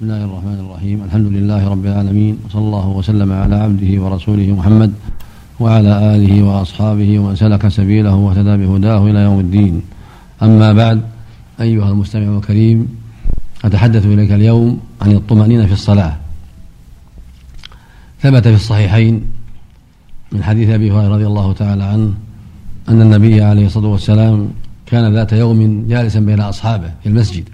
بسم الله الرحمن الرحيم. الحمد لله رب العالمين، وصلى الله وسلم على عبده ورسوله محمد وعلى آله وأصحابه ومن سلك سبيله واهتدى بهداه إلى يوم الدين. أما بعد، أيها المستمع الكريم، أتحدث إليك اليوم عن الطمأنينة في الصلاة. ثبت في الصحيحين من حديث أبي هريرة رضي الله تعالى عنه أن النبي عليه الصلاة والسلام كان ذات يوم جالسا بين أصحابه في المسجد،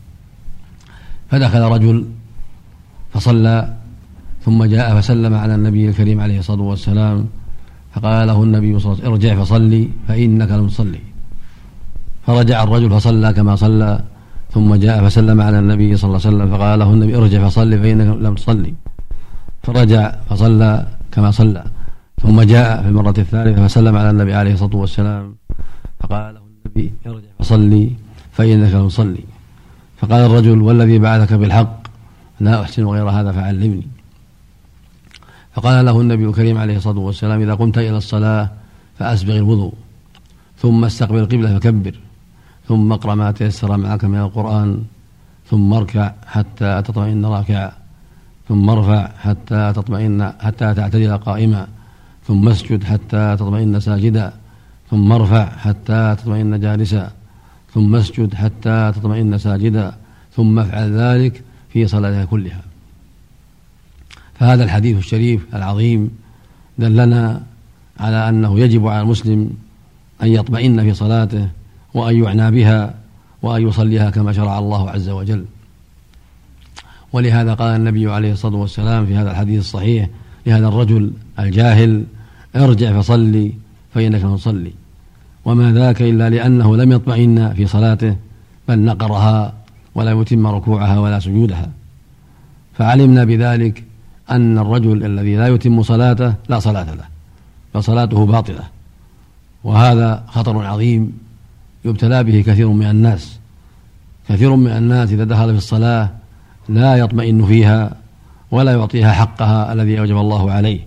فدخل رجل فصلى، ثم جاء فسلم على النبي الكريم عليه الصلاة والسلام، فقال له النبي صلى الله عليه وسلم: ارجع فصلي فإنك لم تصلي. فرجع الرجل فصلى كما صلى، ثم جاء فسلم على النبي صلى الله عليه وسلم، فقال له النبي: ارجع فصلي فإنك لم تصلي. فرجع فصلى كما صلى، ثم جاء في المرة الثالثة فسلم على النبي عليه الصلاة والسلام، فقال له النبي: ارجع فصلي فإنك لم تصلي. فقال الرجل: والذي بعثك بالحق لا أحسن غير هذا فعلمني. فقال له النبي الكريم عليه الصلاة والسلام: إذا قمت إلى الصلاة فأسبغ الوضوء، ثم استقبل القبلة فكبر، ثم اقرأ ما تيسر معك من القرآن، ثم اركع حتى تطمئن راكعا، ثم ارفع حتى تعتدل قائما، ثم اسجد حتى تطمئن ساجدا، ثم ارفع حتى تطمئن جالسا، ثم اسجد حتى تطمئن ساجدا، ثم افعل ذلك في صلاتك كلها. فهذا الحديث الشريف العظيم دلنا على أنه يجب على المسلم أن يطمئن في صلاته، وأن يعنى بها، وأن يصليها كما شرع الله عز وجل. ولهذا قال النبي عليه الصلاة والسلام في هذا الحديث الصحيح لهذا الرجل الجاهل: ارجع فصلي فإنك لم تصلي. وما ذاك إلا لأنه لم يطمئن في صلاته، بل نقرها ولم يتم ركوعها ولا سجودها. فعلمنا بذلك أن الرجل الذي لا يتم صلاته لا صلاة له، فصلاته باطلة، وهذا خطر عظيم يبتلى به كثير من الناس. كثير من الناس إذا دخل في الصلاة لا يطمئن فيها ولا يعطيها حقها الذي أوجب الله عليه.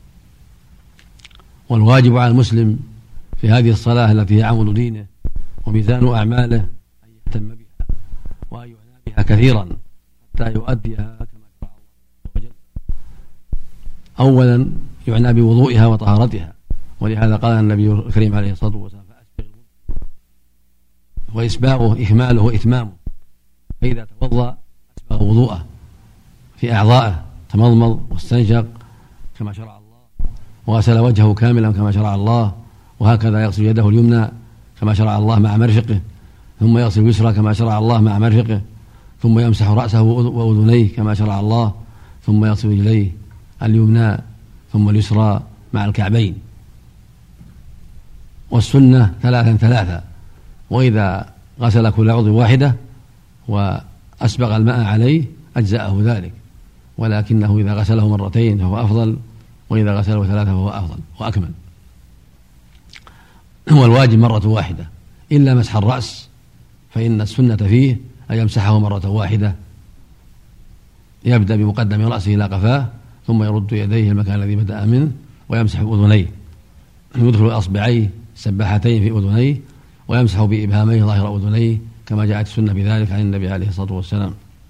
والواجب على المسلم في هذه الصلاة التي هي عمود دينه وميزان أعماله أن يهتم بها وأن يعنى بها كثيرا حتى يؤديها كما شرع الله عز وجل. أولا يعنى بوضوئها وطهارتها، ولهذا قال النبي الكريم عليه الصلاة والسلام: وإسباغه إكماله وإتمامه. فإذا توضأ أسبغ وضوءه في أعضائه، تمضمض واستنشق كما شرع الله، وغسل وجهه كاملا كما شرع الله، وهكذا يغسل يده اليمنى كما شرع الله مع مرفقه، ثم يغسل اليسرى كما شرع الله مع مرفقه، ثم يمسح رأسه وأذنيه كما شرع الله، ثم يغسل رجليه اليمنى ثم اليسرى مع الكعبين. والسنة 3 وإذا غسل كل عضو واحدة وأسبغ الماء عليه أجزأه ذلك، ولكنه إذا غسله 2 فهو أفضل، وإذا غسله 3 فهو أفضل وأكمل. والواجب 1 إلا مسح الرأس، فإن السنة فيه أن يمسحه 1 يبدأ بمقدم رأسه إلى قفاه، ثم يرد يديه المكان الذي بدأ منه، ويمسح أذنيه، يدخل أصبعيه السباحتين في أذنيه، ويمسح بإبهاميه ظاهر أذنيه كما جاءت السنة بذلك عن النبي عليه الصلاة والسلام.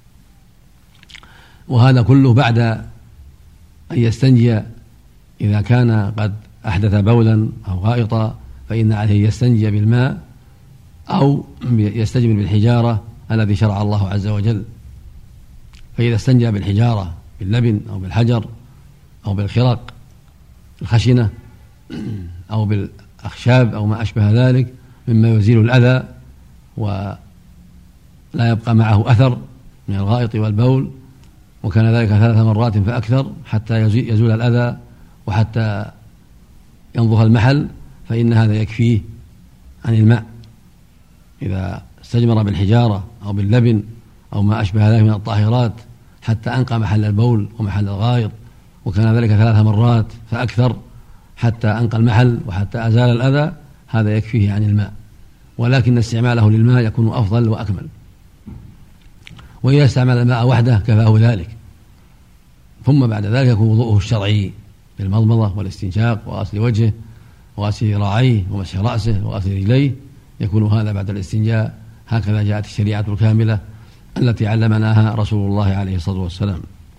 وهذا كله بعد أن يستنجي. إذا كان قد أحدث بولا أو غائطا فإن عليه يستنجي بالماء أو يستجمر بالحجارة الذي شرع الله عز وجل. فإذا استنجى بالحجارة باللبن أو بالحجر أو بالخرق الخشنة أو بالأخشاب أو ما أشبه ذلك مما يزيل الأذى ولا يبقى معه أثر من الغائط والبول، وكان ذلك 3 مرات فأكثر حتى يزول الأذى وحتى ينظف المحل، فإن هذا يكفيه عن الماء. إذا استجمر بالحجارة أو باللبن أو ما أشبه ذلك من الطاهرات حتى أنقى محل البول ومحل الغائط، وكان ذلك 3 مرات فأكثر حتى أنقى المحل وحتى أزال الأذى، هذا يكفيه عن الماء، ولكن استعماله للماء يكون أفضل وأكمل. وإذا استعمل الماء وحده كفاه ذلك، ثم بعد ذلك يكون وضوءه الشرعي بالمضمضة والاستنشاق وغسل وجهه وغسل ذراعيه ومسح رأسه وغسل رجليه، يكون هذا بعد الاستنجاء. هكذا جاءت الشريعة الكاملة التي علمناها رسول الله عليه الصلاة والسلام.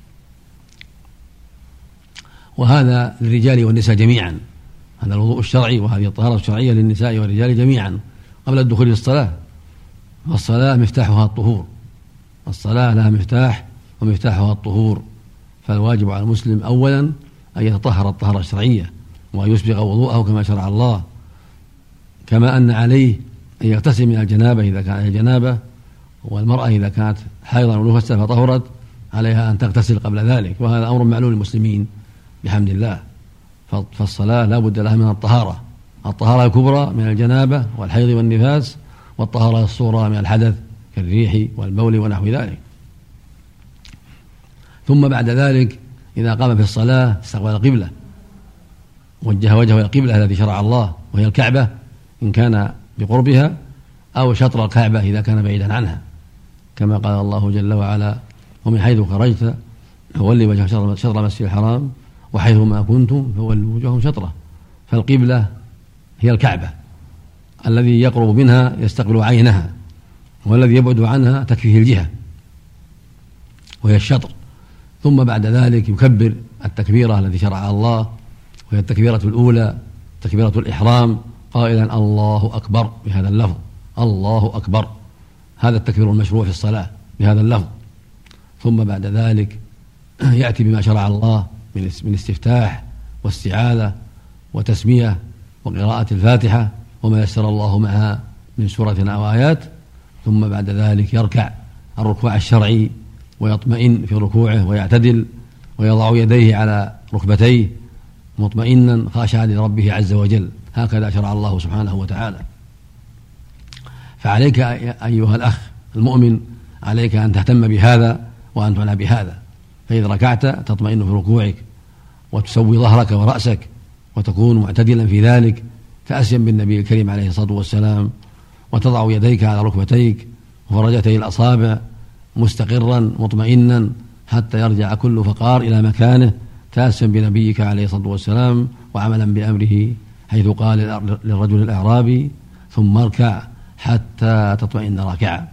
وهذا للرجال والنساء جميعا، هذا الوضوء الشرعي وهذه الطهارة الشرعية للنساء والرجال جميعا قبل الدخول في الصلاة. والصلاة مفتاحها الطهور، الصلاة لها مفتاح ومفتاحها الطهور، فالواجب على المسلم أولا أن يتطهر الطهارة الشرعية وأن يسبغ وضوءه كما شرع الله، كما أن عليه أن يغتسل من الجنابة إذا كان جنابة، والمرأة إذا كانت حائضا أو نفسا فطهرت عليها أن تغتسل قبل ذلك، وهذا أمر معلوم للمسلمين بحمد الله. فالصلاة لا بد لها من الطهارة، الطهارة الكبرى من الجنابة والحيض والنفاس، والطهارة الصغرى من الحدث كالريح والبول ونحو ذلك. ثم بعد ذلك إذا قام في الصلاة استقبل القبلة، وجه وجهه إلى القبلة التي شرع الله وهي الكعبة إن كان بقربها، أو شطر الكعبة إذا كان بعيدا عنها، كما قال الله جل وعلا: ومن حيث خرجت فولي وجهك شطر المسجد الحرام وحيث ما كنتم فولوا وجوهكم شطره. فالقبلة هي الكعبة، الذي يقرب منها يستقبل عينها، والذي يبعد عنها تكفيه الجهة وهي الشطر. ثم بعد ذلك يكبر التكبيرة التي شرعها الله، وهي التكبيرة الأولى تكبيرة الإحرام، قائلا: الله أكبر بهذا اللفظ، الله أكبر، هذا التكبير المشروع في الصلاة بهذا اللفظ. ثم بعد ذلك يأتي بما شرع الله من استفتاح واستعاذة وتسمية وقراءة الفاتحة وما يسر الله معها من سورة أو آيات. ثم بعد ذلك يركع الركوع الشرعي ويطمئن في ركوعه ويعتدل ويضع يديه على ركبتيه مطمئنا خاشعا لربه عز وجل، هكذا شرع الله سبحانه وتعالى. فعليك أيها الأخ المؤمن، عليك أن تهتم بهذا وأن تعنى بهذا. فإذا ركعت تطمئن في ركوعك وتسوي ظهرك ورأسك وتكون معتدلا في ذلك تأسيا بالنبي الكريم عليه الصلاة والسلام، وتضع يديك على ركبتيك وفرجتي الأصابع مستقرا مطمئنا حتى يرجع كل فقار إلى مكانه، تأسيا بنبيك عليه الصلاة والسلام وعملا بأمره، حيث قال للرجل الأعرابي: ثم اركع حتى تطمئن راكعا.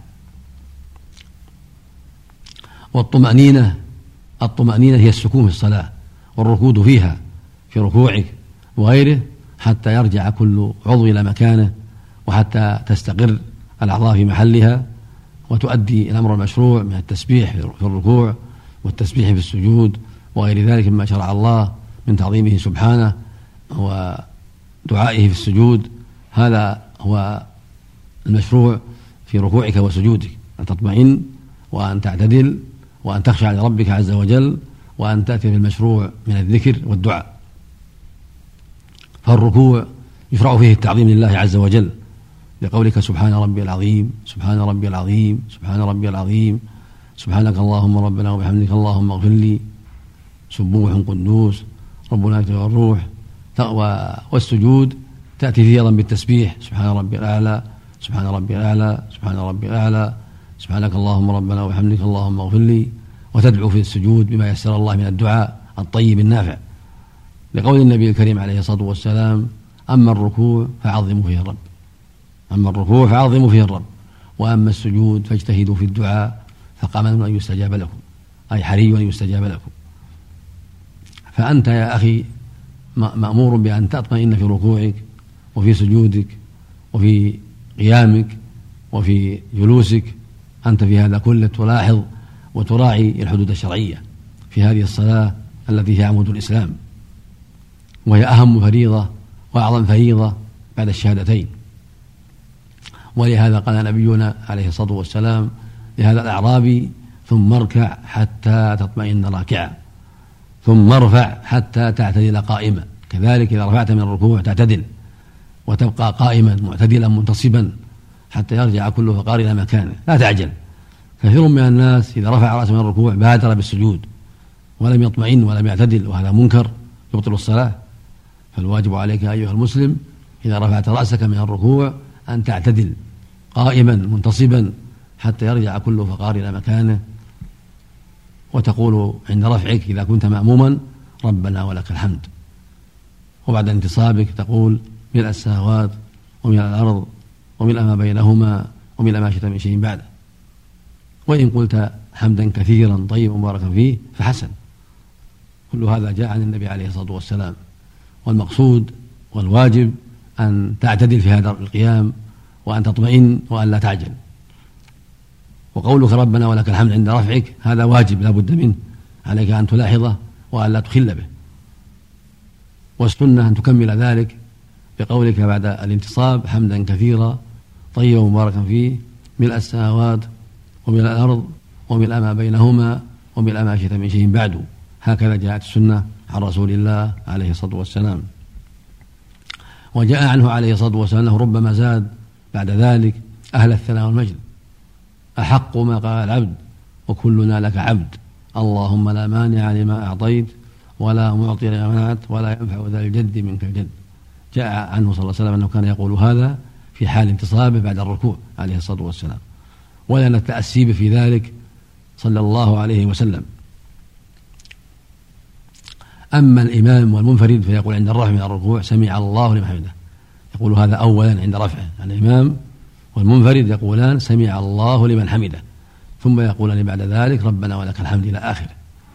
والطمأنينة هي السكون في الصلاة والركود فيها في ركوعك وغيره، حتى يرجع كل عضو إلى مكانه، وحتى تستقر الأعضاء في محلها، وتؤدي الأمر المشروع من التسبيح في الركوع والتسبيح في السجود وغير ذلك مما شرع الله من تعظيمه سبحانه ودعائه في السجود. هذا هو المشروع في ركوعك وسجودك، أن تطمئن وأن تعتدل وأن تخشع لربك عز وجل، وأن تأتي بالمشروع من الذكر والدعاء. فالركوع يشرع فيه التعظيم لله عز وجل، لقولك: سبحان ربي العظيم، سبحان ربي العظيم، سبحان ربي العظيم، سبحانك اللهم ربنا وبحمدك اللهم اغفر لي، سبوح قدوس ربنا والروح. والسجود تأتي فيه أيضا بالتسبيح: سبحان ربي الأعلى، سبحان ربي الأعلى، سبحان ربي الأعلى، سبحانك اللهم ربنا وبحمدك اللهم اغفر لي، وتدعو في السجود بما يسر الله من الدعاء الطيب النافع، لقول النبي الكريم عليه الصلاة والسلام: أما الركوع فعظموا فيه الرب، أما الركوع فعظموا فيه الرب، وأما السجود فاجتهدوا في الدعاء فقامن أن يستجاب لكم، أي حري أن يستجاب لكم. فأنت يا أخي مأمور بأن تطمئن في ركوعك وفي سجودك وفي قيامك وفي جلوسك، أنت في هذا كله تلاحظ وتراعي الحدود الشرعية في هذه الصلاة التي هي عمود الإسلام، وهي أهم فريضة وأعظم فريضة بعد الشهادتين. ولهذا قال نبينا عليه الصلاة والسلام لهذا الأعرابي: ثم اركع حتى تطمئن راكعا، ثم ارفع حتى تعتدل قائما. كذلك إذا رفعت من الركوع تعتدل وتبقى قائما معتدلا منتصبا حتى يرجع كل فقار إلى مكانه، لا تعجل. كثير من الناس إذا رفع رأسه من الركوع بادر بالسجود ولم يطمئن ولم يعتدل، وهذا منكر يبطل الصلاة. فالواجب عليك أيها المسلم إذا رفعت رأسك من الركوع أن تعتدل قائما منتصبا حتى يرجع كل فقار إلى مكانه، وتقول عند رفعك إذا كنت مأموما: ربنا ولك الحمد. وبعد انتصابك تقول: ملء السماوات وملء الأرض وملء ما بينهما وملء ما شئت من شيء بعده. وإن قلت حمدا كثيرا طيبا مباركا فيه فحسن. كل هذا جاء عن النبي عليه الصلاة والسلام. والمقصود والواجب أن تعتدل في هذا القيام، وأن تطمئن، وأن لا تعجل. وقولك ربنا ولك الحمد عند رفعك هذا واجب لا بد منه، عليك أن تلاحظه وأن لا تخل به. والسنة أن تكمل ذلك بقولك بعد الانتصاب حمدا كثيرا طيبا مباركا فيه ملء السماوات وملء الأرض وملء ما بينهما وملء ما شئت من شيء بعد. هكذا جاءت السنة عن رسول الله عليه الصلاة والسلام. وجاء عنه عليه الصلاة والسلام أنه ربما زاد بعد ذلك أهل الثناء والمجد: أحق ما قال العبد وكلنا لك عبد، اللهم لا مانع لما أعطيت ولا معطي لما منعت ولا ينفع ذا الجد منك الجد. جاء عنه صلى الله عليه وسلم أنه كان يقول هذا في حال انتصابه بعد الركوع عليه الصلاة والسلام، ولنا التأسيب في ذلك صلى الله عليه وسلم. أما الإمام والمنفرد فيقول عند الرفع من الركوع سمع الله لمن حمده، يقول هذا أولا عند رفعه. الإمام والمنفرد يقولان سمع الله لمن حمده، ثم يقولان بعد ذلك ربنا ولك الحمد إلى آخره.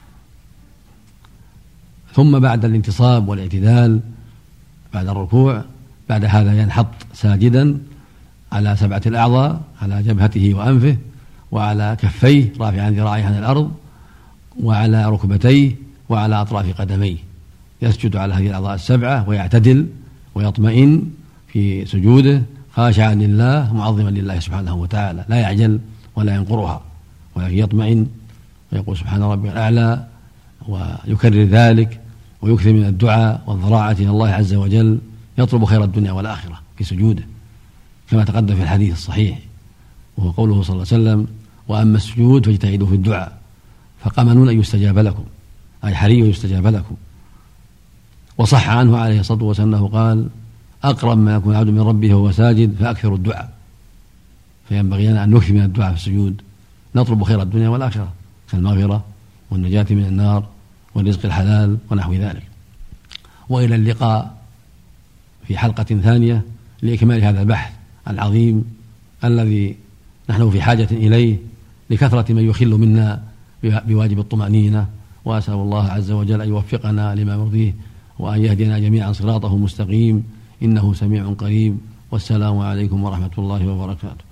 ثم بعد الانتصاب والاعتدال بعد الركوع بعد هذا ينحط ساجدا على 7 الأعضاء، على جبهته وأنفه وعلى كفيه رافعا ذراعيه عن الأرض وعلى ركبتيه وعلى أطراف قدميه، يسجد على هذه الأعضاء 7 ويعتدل ويطمئن في سجوده خاشعا لله معظما لله سبحانه وتعالى، لا يعجل ولا ينقرها، ولكن يطمئن ويقول سبحان ربي الأعلى، ويكرر ذلك ويكثر من الدعاء والضراعة إلى الله عز وجل، يطلب خير الدنيا والآخرة في سجوده كما تقدم في الحديث الصحيح، وهو قوله صلى الله عليه وسلم: وأما السجود فاجتهدوا في الدعاء فقمنون أن يستجاب لكم، أي حري يستجاب لكم. وصح عنه عليه الصلاة والسلام أنه قال: أقرب ما يكون العبد من ربه وهو ساجد فأكثر الدعاء. فينبغي لنا أن نكثر من الدعاء في السجود، نطلب خير الدنيا والآخرة كالمغفرة والنجاة من النار والرزق الحلال ونحو ذلك. وإلى اللقاء في حلقة ثانية لإكمال هذا البحث العظيم الذي نحن في حاجة إليه لكثرة من يخل منا بواجب الطمأنينة. وأسأل الله عز وجل أن يوفقنا لما يرضيه وأن يهدينا جميعا صراطه المستقيم، إنه سميع قريب. والسلام عليكم ورحمة الله وبركاته.